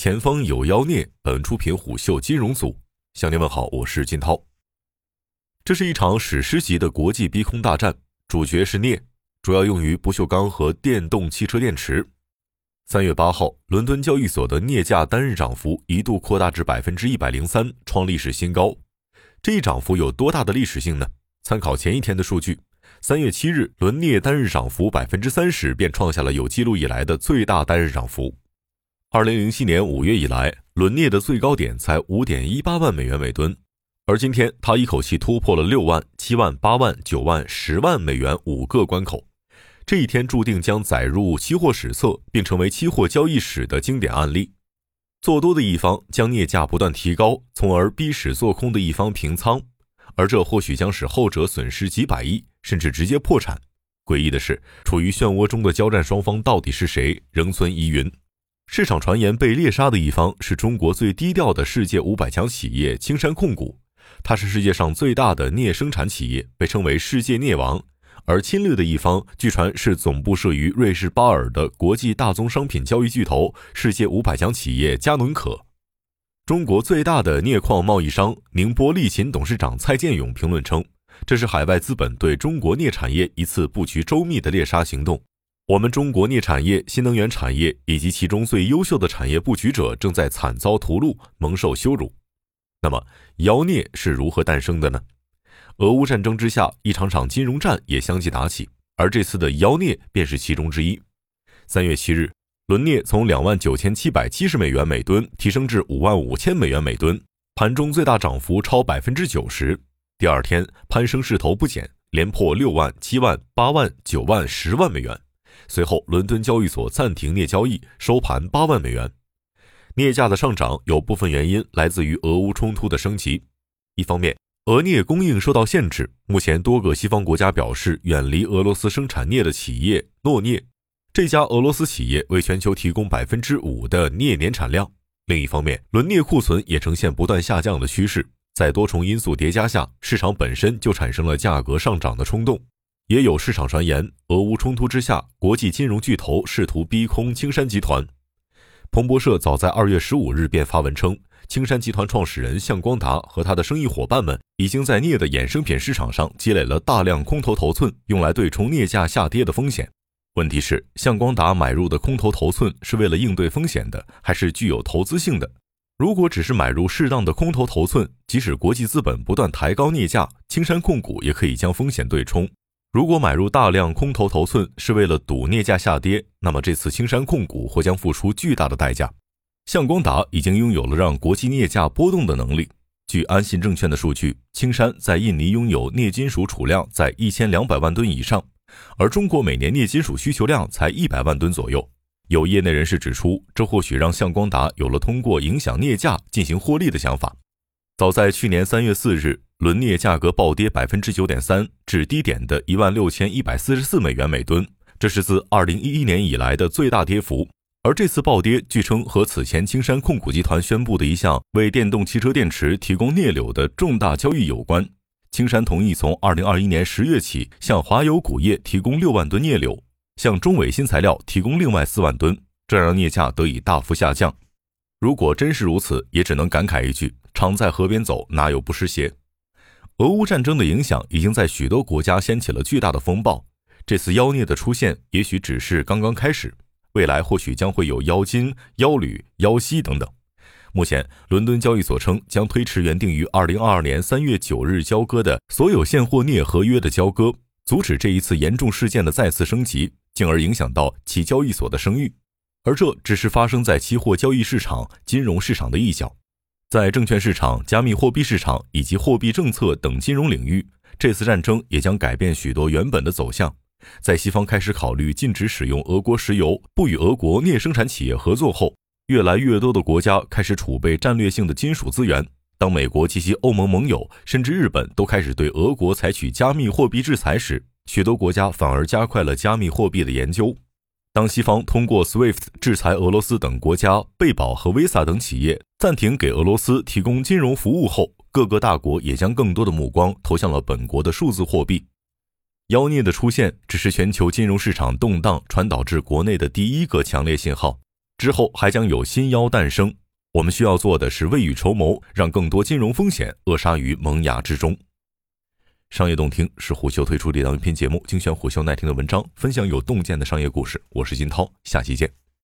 前方有妖孽，本出品虎嗅金融组。向您问好，我是金涛。这是一场史诗级的国际逼空大战，主角是镍，主要用于不锈钢和电动汽车电池。3月8号，伦敦交易所的镍价单日涨幅一度扩大至 103%， 创历史新高。这一涨幅有多大的历史性呢？参考前一天的数据，3月7日，伦镍单日涨幅 30% 便创下了有记录以来的最大单日涨幅。2007年5月以来，伦镍的最高点才 5.18 万美元每吨，而今天它一口气突破了6万、7万、8万、9万、10万美元5个关口。这一天注定将载入期货史册，并成为期货交易史的经典案例。做多的一方将镍价不断提高，从而逼使做空的一方平仓，而这或许将使后者损失几百亿，甚至直接破产。诡异的是，处于漩涡中的交战双方到底是谁，仍存疑云。市场传言被猎杀的一方是中国最低调的世界500强企业青山控股，它是世界上最大的镍生产企业，被称为世界镍王。而侵略的一方据传是总部设于瑞士巴尔的国际大宗商品交易巨头世界500强企业嘉伦可。中国最大的镍矿贸易商宁波利勤董事长蔡建勇评论称，这是海外资本对中国镍产业一次布局周密的猎杀行动。我们中国镍产业、新能源产业以及其中最优秀的产业布局者正在惨遭屠戮，蒙受羞辱。那么，妖镍是如何诞生的呢？俄乌战争之下，一场场金融战也相继打起，而这次的妖镍便是其中之一。3月7日，伦镍从29770美元每吨提升至55000美元每吨，盘中最大涨幅超 90%。第二天，攀升势头不减，连破6万、7万、8万、9万、10万美元。随后，伦敦交易所暂停镍交易，收盘8万美元。镍价的上涨有部分原因来自于俄乌冲突的升级。一方面，俄镍供应受到限制，目前多个西方国家表示远离俄罗斯生产镍的企业诺镍，这家俄罗斯企业为全球提供 5% 的镍年产量。另一方面，伦镍库存也呈现不断下降的趋势，在多重因素叠加下，市场本身就产生了价格上涨的冲动。也有市场传言，俄乌冲突之下，国际金融巨头试图逼空青山集团。彭博社早在2月15日便发文称，青山集团创始人向光达和他的生意伙伴们已经在镍的衍生品市场上积累了大量空头头寸，用来对冲镍价下跌的风险。问题是，向光达买入的空头头寸是为了应对风险的，还是具有投资性的？如果只是买入适当的空头头寸，即使国际资本不断抬高镍价，青山控股也可以将风险对冲。如果买入大量空头头寸是为了赌镍价下跌，那么这次青山控股或将付出巨大的代价。向光达已经拥有了让国际镍价波动的能力。据安信证券的数据，青山在印尼拥有镍金属储量在1200万吨以上，而中国每年镍金属需求量才100万吨左右。有业内人士指出，这或许让向光达有了通过影响镍价进行获利的想法。早在去年3月4日，伦镍价格暴跌 9.3% 至低点的16144美元每吨，这是自2011年以来的最大跌幅。而这次暴跌据称和此前青山控股集团宣布的一项为电动汽车电池提供镍铀的重大交易有关。青山同意从2021年10月起向华油钴业提供6万吨镍铀，向中伟新材料提供另外4万吨，这让镍价得以大幅下降。如果真是如此，也只能感慨一句，常在河边走，哪有不湿鞋。俄乌战争的影响已经在许多国家掀起了巨大的风暴，这次妖镍的出现也许只是刚刚开始，未来或许将会有妖金、妖铝、妖锡等等。目前，伦敦交易所称将推迟原定于2022年3月9日交割的所有现货镍合约的交割，阻止这一次严重事件的再次升级，进而影响到其交易所的声誉。而这只是发生在期货交易市场、金融市场的一角。在证券市场、加密货币市场以及货币政策等金融领域，这次战争也将改变许多原本的走向。在西方开始考虑禁止使用俄国石油、不与俄国镍生产企业合作后，越来越多的国家开始储备战略性的金属资源。当美国及其欧盟盟友甚至日本都开始对俄国采取加密货币制裁时，许多国家反而加快了加密货币的研究。当西方通过 SWIFT 制裁俄罗斯等国家、贝宝和 Visa 等企业，暂停给俄罗斯提供金融服务后，各个大国也将更多的目光投向了本国的数字货币。妖孽的出现只是全球金融市场动荡传导至国内的第一个强烈信号。 之后还将有新妖诞生。我们需要做的是未雨绸缪，让更多金融风险扼杀于萌芽之中。商业洞听是虎嗅推出的一档音频节目，精选虎嗅耐听的文章，分享有洞见的商业故事。我是金涛，下期见。